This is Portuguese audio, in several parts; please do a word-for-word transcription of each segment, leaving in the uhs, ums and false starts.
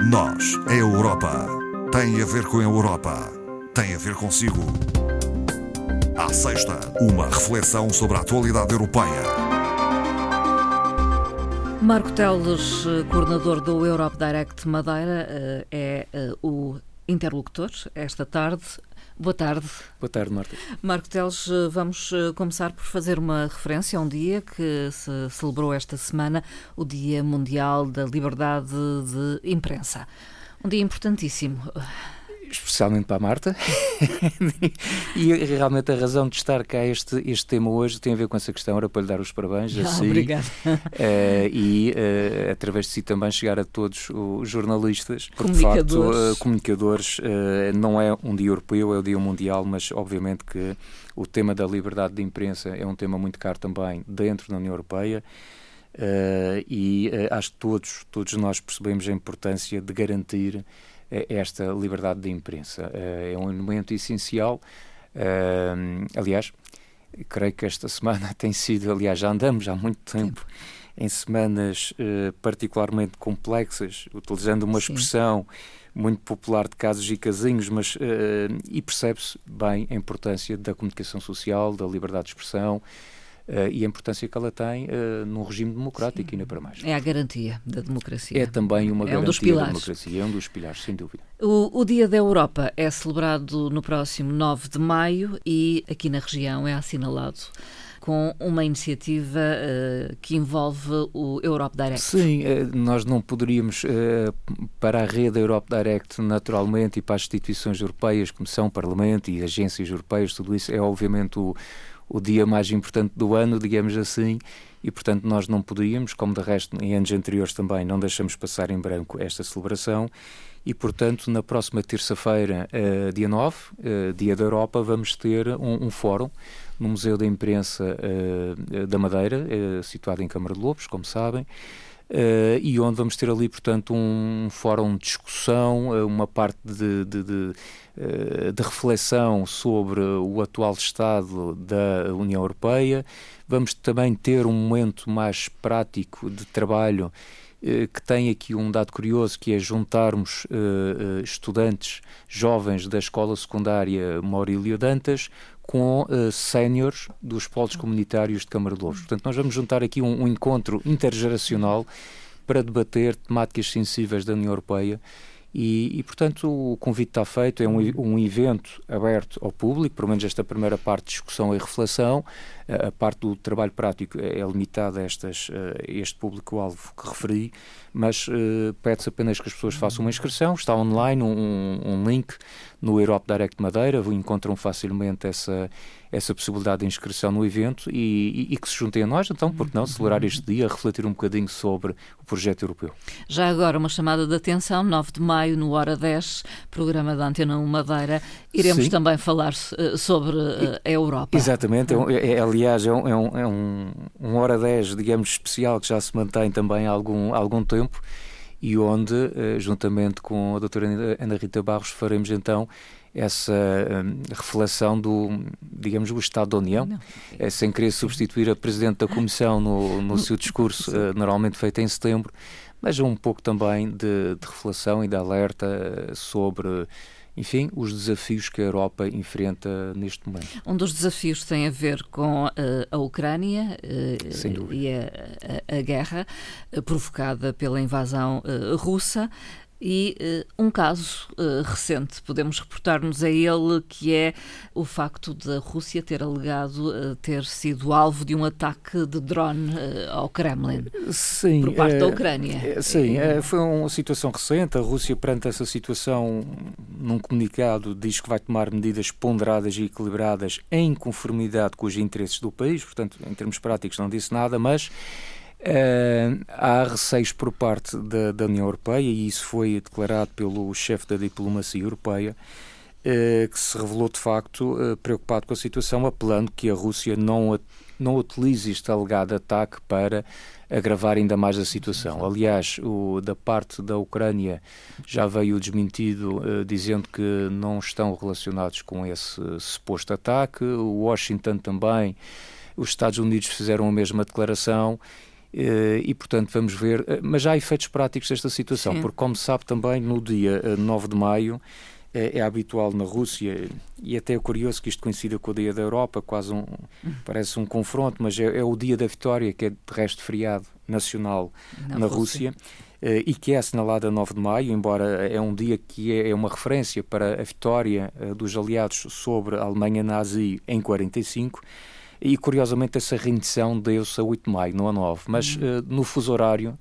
Nós, a Europa, tem a ver com a Europa, tem a ver consigo. À sexta, uma reflexão sobre a atualidade europeia. Marco Teles, coordenador do Europe Direct Madeira, é o interlocutor esta tarde. Boa tarde. Boa tarde, Marta. Marco Teles, vamos começar por fazer uma referência a um dia que se celebrou esta semana, o Dia Mundial da Liberdade de Imprensa. Um dia importantíssimo. Especialmente para a Marta. E realmente a razão de estar cá este, este tema hoje tem a ver com essa questão. Era para lhe dar os parabéns. Ah, assim, obrigada. Uh, e uh, através de si também chegar a todos os jornalistas. Porque, comunicadores. de facto, uh, comunicadores. Uh, não é um dia europeu, é o dia mundial, mas obviamente que o tema da liberdade de imprensa é um tema muito caro também dentro da União Europeia. Uh, e uh, acho que todos, todos nós percebemos a importância de garantir esta liberdade de imprensa. É um elemento essencial. Aliás, creio que esta semana tem sido, aliás, já andamos há muito tempo em semanas particularmente complexas, utilizando uma Sim. expressão muito popular de casos e casinhos, mas e percebe-se bem a importância da comunicação social, da liberdade de expressão, Uh, e a importância que ela tem uh, num regime democrático. Sim. E ainda para mais. É a garantia da democracia. É também uma é garantia um dos da pilares. democracia, é um dos pilares, sem dúvida. O, o Dia da Europa é celebrado no próximo nove de maio e aqui na região é assinalado com uma iniciativa uh, que envolve o Europe Direct. Sim, uh, nós não poderíamos, uh, para a rede Europe Direct, naturalmente, e para as instituições europeias, como são o Parlamento e agências europeias, tudo isso é obviamente o o dia mais importante do ano, digamos assim, e portanto nós não poderíamos, como de resto em anos anteriores também, não deixamos passar em branco esta celebração e portanto na próxima terça-feira, uh, dia nove, uh, Dia da Europa, vamos ter um, um fórum no Museu da Imprensa uh, da Madeira, uh, situado em Câmara de Lobos, como sabem, Uh, e onde vamos ter ali, portanto, um fórum de discussão, uh, uma parte de, de, de, uh, de reflexão sobre o atual estado da União Europeia. Vamos também ter um momento mais prático de trabalho uh, que tem aqui um dado curioso, que é juntarmos uh, uh, estudantes jovens da Escola Secundária Maurílio Dantas com uh, séniores dos polos comunitários de Câmara de Lobos. Portanto, nós vamos juntar aqui um, um encontro intergeracional para debater temáticas sensíveis da União Europeia e, e portanto, o convite está feito, é um, um evento aberto ao público, pelo menos esta primeira parte de discussão e reflexão. A, a parte do trabalho prático é, é limitada a, estas, a este público-alvo que referi, mas uh, pede-se apenas que as pessoas façam uma inscrição, está online um, um link no Europe Direct Madeira, encontram facilmente essa, essa possibilidade de inscrição no evento e, e, e que se juntem a nós, então, porque não, celebrar este dia, refletir um bocadinho sobre o projeto europeu. Já agora uma chamada de atenção, nove de maio, no Hora dez, programa da Antena um Madeira, iremos Sim. também falar uh, sobre uh, a Europa. Exatamente, é, é, aliás, é, um, é, um, é um, um Hora dez, digamos, especial, que já se mantém também há algum, há algum tempo, e onde, uh, juntamente com a doutora Ana Rita Barros, faremos então essa um, reflexão do, digamos, do Estado da União, é, sem querer substituir a Presidente da Comissão no, no seu discurso, uh, normalmente feito em setembro, mas um pouco também de, de reflexão e de alerta uh, sobre, enfim, os desafios que a Europa enfrenta neste momento. Um dos desafios tem a ver com uh, a Ucrânia uh, e a, a, a guerra uh, provocada pela invasão uh, russa. E uh, um caso uh, recente, podemos reportar-nos a ele, que é o facto da Rússia ter alegado uh, ter sido alvo de um ataque de drone uh, ao Kremlin, sim, por parte é, da Ucrânia. Sim, é, foi uma situação recente. A Rússia, perante essa situação, num comunicado, diz que vai tomar medidas ponderadas e equilibradas em conformidade com os interesses do país. Portanto, em termos práticos não disse nada, mas Uh, há receios por parte da, da União Europeia, e isso foi declarado pelo chefe da diplomacia europeia, uh, que se revelou de facto uh, preocupado com a situação, apelando que a Rússia não, não utilize este alegado ataque para agravar ainda mais a situação. Aliás, o, da parte da Ucrânia já veio desmentido, uh, dizendo que não estão relacionados com esse suposto ataque. O Washington também, os Estados Unidos fizeram a mesma declaração. e, portanto, vamos ver. Mas já há efeitos práticos desta situação, Sim. porque, como se sabe também, no dia nove de maio, é, é habitual na Rússia, e até é curioso que isto coincida com o Dia da Europa, quase um, parece um confronto, mas é, é o Dia da Vitória, que é de resto feriado nacional na, na Rússia. Rússia. Uh, e que é assinalada a nove de maio, embora é um dia que é, é uma referência para a vitória uh, dos aliados sobre a Alemanha nazi em quarenta e cinco, e curiosamente essa rendição deu-se a oito de maio, não a nove, mas uh, no fuso horário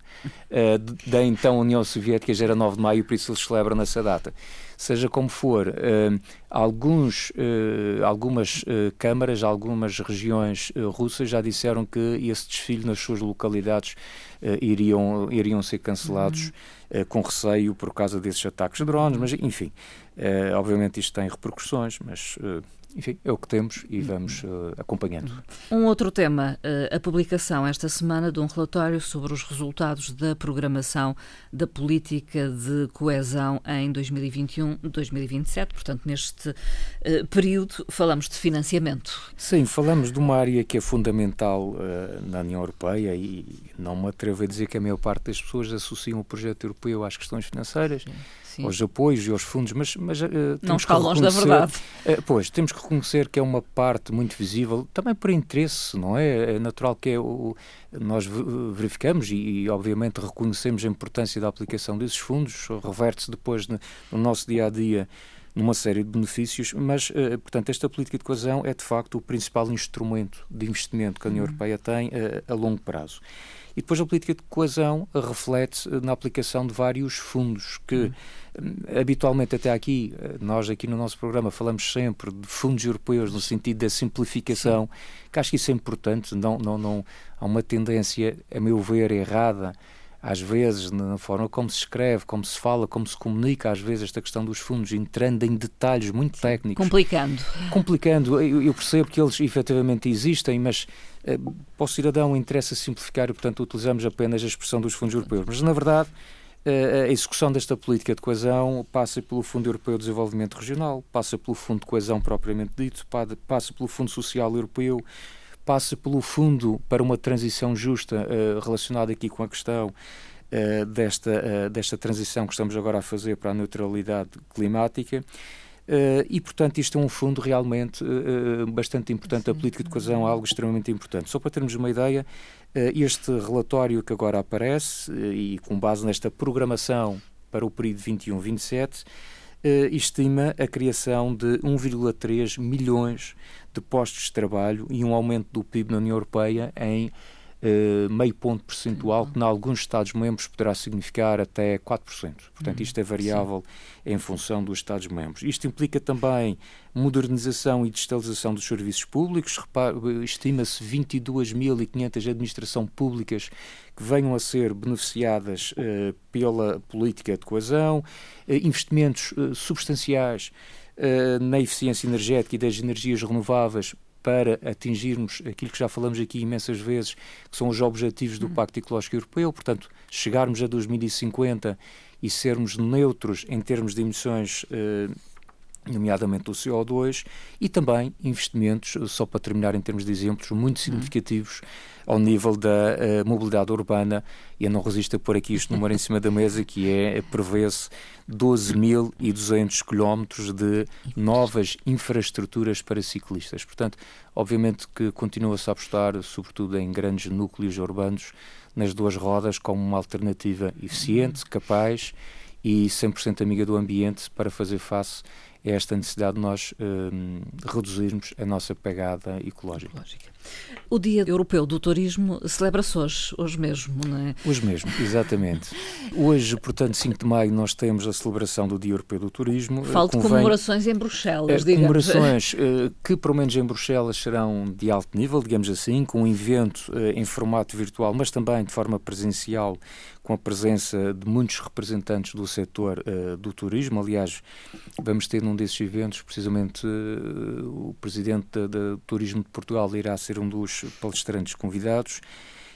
uh, da então União Soviética já era nove de maio, por isso eles celebram nessa data. Seja como for, uh, alguns, uh, algumas uh, câmaras, algumas regiões uh, russas já disseram que esse desfile nas suas localidades uh, iriam, iriam ser cancelados uhum. uh, com receio por causa desses ataques de drones, mas enfim, uh, obviamente isto tem repercussões, mas... Uh, Enfim, é o que temos e vamos uh, acompanhando. Um outro tema, uh, a publicação esta semana de um relatório sobre os resultados da programação da política de coesão em dois mil e vinte e um a dois mil e vinte e sete, portanto, neste uh, período falamos de financiamento. Sim, falamos de uma área que é fundamental uh, na União Europeia e não me atrevo a dizer que a maior parte das pessoas associam o projeto europeu às questões financeiras. Sim. Sim. Aos apoios e aos fundos, mas, mas uh, não está longe da verdade. Uh, pois, temos que reconhecer que é uma parte muito visível, também por interesse, não é? É natural que é o, nós verificamos e, e, obviamente, reconhecemos a importância da aplicação desses fundos, reverte-se depois no, no nosso dia-a-dia numa série de benefícios, mas, uh, portanto, esta política de coesão é, de facto, o principal instrumento de investimento que a União uhum. Europeia tem uh, a longo prazo. E depois a política de coesão reflete na aplicação de vários fundos que, uhum. habitualmente até aqui, nós aqui no nosso programa falamos sempre de fundos europeus no sentido da simplificação, Sim. que acho que isso é importante, não, não, não, há uma tendência, a meu ver, errada, às vezes, na forma como se escreve, como se fala, como se comunica, às vezes, esta questão dos fundos, entrando em detalhes muito técnicos. Complicando. Complicando. Eu, eu percebo que eles efetivamente existem, mas uh, para o cidadão interessa simplificar e, portanto, utilizamos apenas a expressão dos fundos europeus. Mas, na verdade, uh, a execução desta política de coesão passa pelo Fundo Europeu de Desenvolvimento Regional, passa pelo Fundo de Coesão propriamente dito, passa pelo Fundo Social Europeu, passa pelo Fundo para uma Transição Justa, uh, relacionado aqui com a questão uh, desta, uh, desta transição que estamos agora a fazer para a neutralidade climática. Uh, e, portanto, isto é um fundo realmente uh, bastante importante. Sim. A política de coesão é algo extremamente importante. Só para termos uma ideia, uh, este relatório que agora aparece, uh, e com base nesta programação para o período vinte e um a vinte e sete, Uh, estima a criação de um vírgula três milhões de postos de trabalho e um aumento do P I B na União Europeia em uh, meio ponto percentual, que em alguns Estados-membros poderá significar até quatro por cento. Portanto, isto é variável Sim. em função dos Estados-membros. Isto implica também modernização e digitalização dos serviços públicos. Estima-se vinte e duas mil e quinhentas administrações públicas que venham a ser beneficiadas uh, pela política de coesão, uh, investimentos uh, substanciais uh, na eficiência energética e das energias renováveis para atingirmos aquilo que já falamos aqui imensas vezes, que são os objetivos do Pacto Ecológico Europeu, portanto, chegarmos a dois mil e cinquenta e sermos neutros em termos de emissões, uh, nomeadamente do C O dois, e também investimentos, só para terminar em termos de exemplos, muito significativos ao nível da uh, mobilidade urbana, e eu não resisto a pôr aqui este número em cima da mesa, que é, prevê-se doze mil e duzentos quilómetros de novas infraestruturas para ciclistas. Portanto, obviamente que continua-se a apostar, sobretudo em grandes núcleos urbanos, nas duas rodas, como uma alternativa eficiente, capaz e cem por cento amiga do ambiente para fazer face a esta necessidade de nós um, reduzirmos a nossa pegada ecológica. ecológica. O Dia Europeu do Turismo celebra-se hoje, hoje mesmo, não é? Hoje mesmo, exatamente. Hoje, portanto, cinco de maio, nós temos a celebração do Dia Europeu do Turismo. Falo de comemorações em Bruxelas, é, digamos. Comemorações uh, que, pelo menos em Bruxelas, serão de alto nível, digamos assim, com um evento uh, em formato virtual, mas também de forma presencial, com a presença de muitos representantes do setor uh, do turismo. Aliás, vamos ter num desses eventos, precisamente, uh, o Presidente do Turismo de Portugal irá ser um dos palestrantes convidados.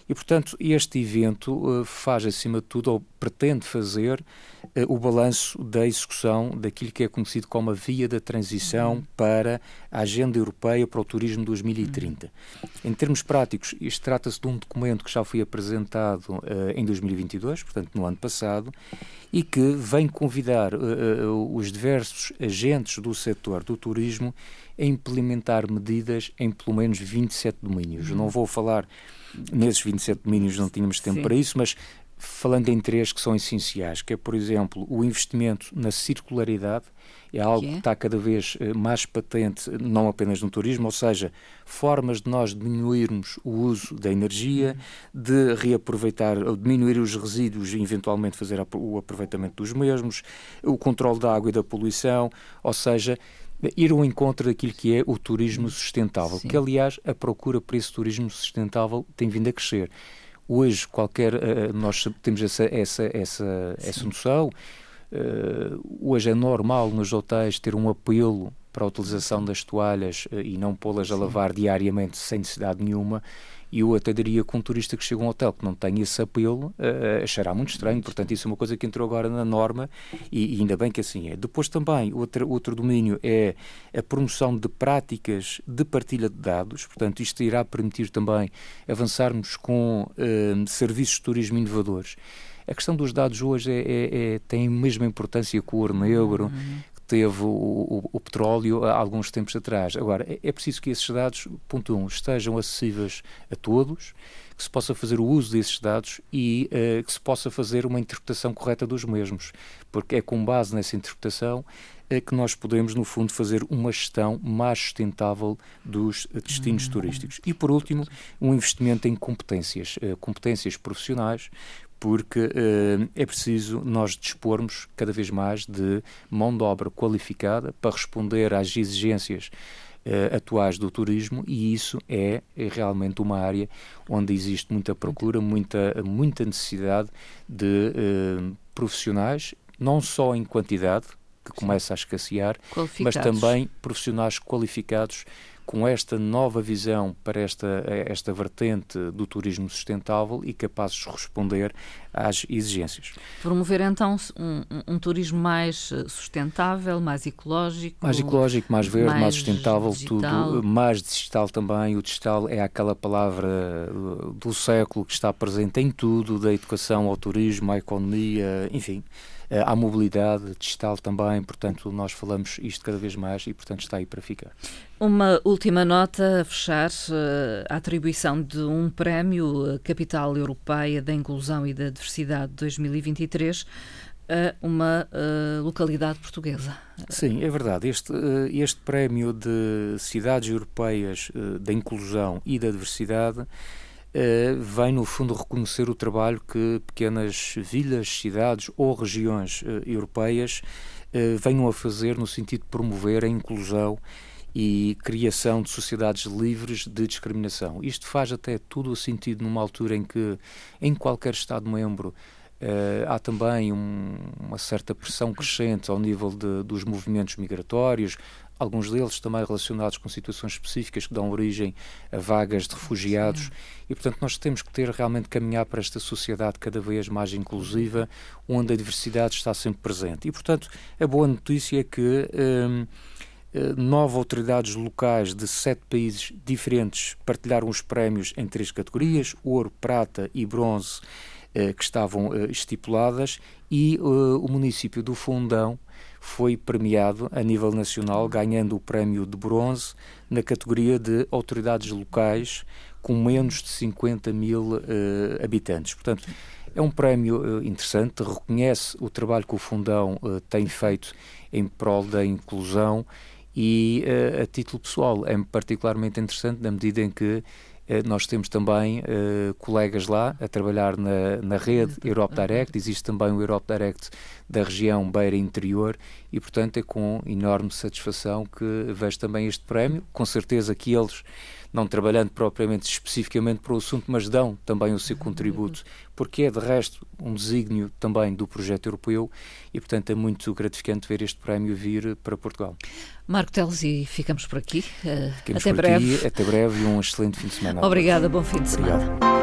E, portanto, este evento uh, faz, acima de tudo, ou pretende fazer uh, o balanço da execução daquilo que é conhecido como a via da transição para a Agenda Europeia para o Turismo dois mil e trinta. Em termos práticos, isto trata-se de um documento que já foi apresentado uh, em dois mil e vinte e dois, portanto, no ano passado, e que vem convidar uh, uh, os diversos agentes do setor do turismo a implementar medidas em pelo menos vinte e sete domínios. Uhum. Não vou falar nesses vinte e sete domínios, não tínhamos tempo Sim. para isso, mas falando em três que são essenciais, que é, por exemplo, o investimento na circularidade, é algo que, é? que está cada vez mais patente, não apenas no turismo, ou seja, formas de nós diminuirmos o uso da energia, de reaproveitar, ou diminuir os resíduos e eventualmente fazer o aproveitamento dos mesmos, o controle da água e da poluição, ou seja, ir ao encontro daquilo que é o turismo sustentável, Sim. que aliás a procura por esse turismo sustentável tem vindo a crescer. Hoje qualquer, uh, nós temos essa, essa, essa, essa noção, uh, hoje é normal nos hotéis ter um apelo para a utilização das toalhas uh, e não pô-las a lavar diariamente sem necessidade nenhuma. E eu até diria que um turista que chega a um hotel que não tem esse apelo uh, achará muito estranho. Portanto, isso é uma coisa que entrou agora na norma e, e ainda bem que assim é. Depois também, outro, outro domínio é a promoção de práticas de partilha de dados. Portanto, isto irá permitir também avançarmos com uh, serviços de turismo inovadores. A questão dos dados hoje é, é, é, tem a mesma importância que o ouro negro, uhum. teve o, o, o petróleo há alguns tempos atrás. Agora, é, é preciso que esses dados, ponto um, estejam acessíveis a todos, que se possa fazer o uso desses dados e uh, que se possa fazer uma interpretação correta dos mesmos, porque é com base nessa interpretação uh, que nós podemos, no fundo, fazer uma gestão mais sustentável dos uh, destinos uhum. turísticos. E, por último, um investimento em competências, uh, competências profissionais, porque uh, é preciso nós dispormos cada vez mais de mão de obra qualificada para responder às exigências uh, atuais do turismo, e isso é, é realmente uma área onde existe muita procura, muita, muita necessidade de uh, profissionais, não só em quantidade, que começa a escassear, mas também profissionais qualificados com esta nova visão para esta, esta vertente do turismo sustentável e capazes de responder às exigências. Promover então um, um turismo mais sustentável, mais ecológico. Mais ecológico, mais verde, mais, mais sustentável, digital. Tudo, mais digital também. O digital é aquela palavra do século que está presente em tudo, da educação ao turismo, à economia, enfim. À mobilidade digital também, portanto nós falamos isto cada vez mais e portanto está aí para ficar. Uma última nota a fechar, a atribuição de um prémio Capital Europeia da Inclusão e da Diversidade dois mil e vinte e três a uma uh, localidade portuguesa. Sim, é verdade. Este, uh, este prémio de cidades europeias uh, da inclusão e da diversidade Uh, vem, no fundo, reconhecer o trabalho que pequenas vilas, cidades ou regiões uh, europeias uh, venham a fazer no sentido de promover a inclusão e criação de sociedades livres de discriminação. Isto faz até tudo o sentido numa altura em que, em qualquer Estado-membro, Uh, há também um, uma certa pressão crescente ao nível de, dos movimentos migratórios, alguns deles também relacionados com situações específicas que dão origem a vagas de refugiados. Sim. E, portanto, nós temos que ter realmente caminhar para esta sociedade cada vez mais inclusiva, onde a diversidade está sempre presente. E, portanto, a boa notícia é que um, nove autoridades locais de sete países diferentes partilharam os prémios em três categorias, ouro, prata e bronze, que estavam uh, estipuladas, e uh, o município do Fundão foi premiado a nível nacional, ganhando o prémio de bronze na categoria de autoridades locais com menos de cinquenta mil uh, habitantes. Portanto, é um prémio uh, interessante, reconhece o trabalho que o Fundão uh, tem feito em prol da inclusão e, uh, a título pessoal, é particularmente interessante na medida em que nós temos também uh, colegas lá a trabalhar na, na rede Europe Direct, existe também o Europe Direct da região Beira Interior e, portanto, é com enorme satisfação que vejo também este prémio. Com certeza que eles, não trabalhando propriamente especificamente para o assunto, mas dão também o seu contributo, porque é, de resto, um desígnio também do projeto europeu e, portanto, é muito gratificante ver este prémio vir para Portugal. Marco Teles, e ficamos por aqui. Ficamos até por breve. Aqui, até breve e um excelente fim de semana. Obrigada, bom fim de semana. Obrigado.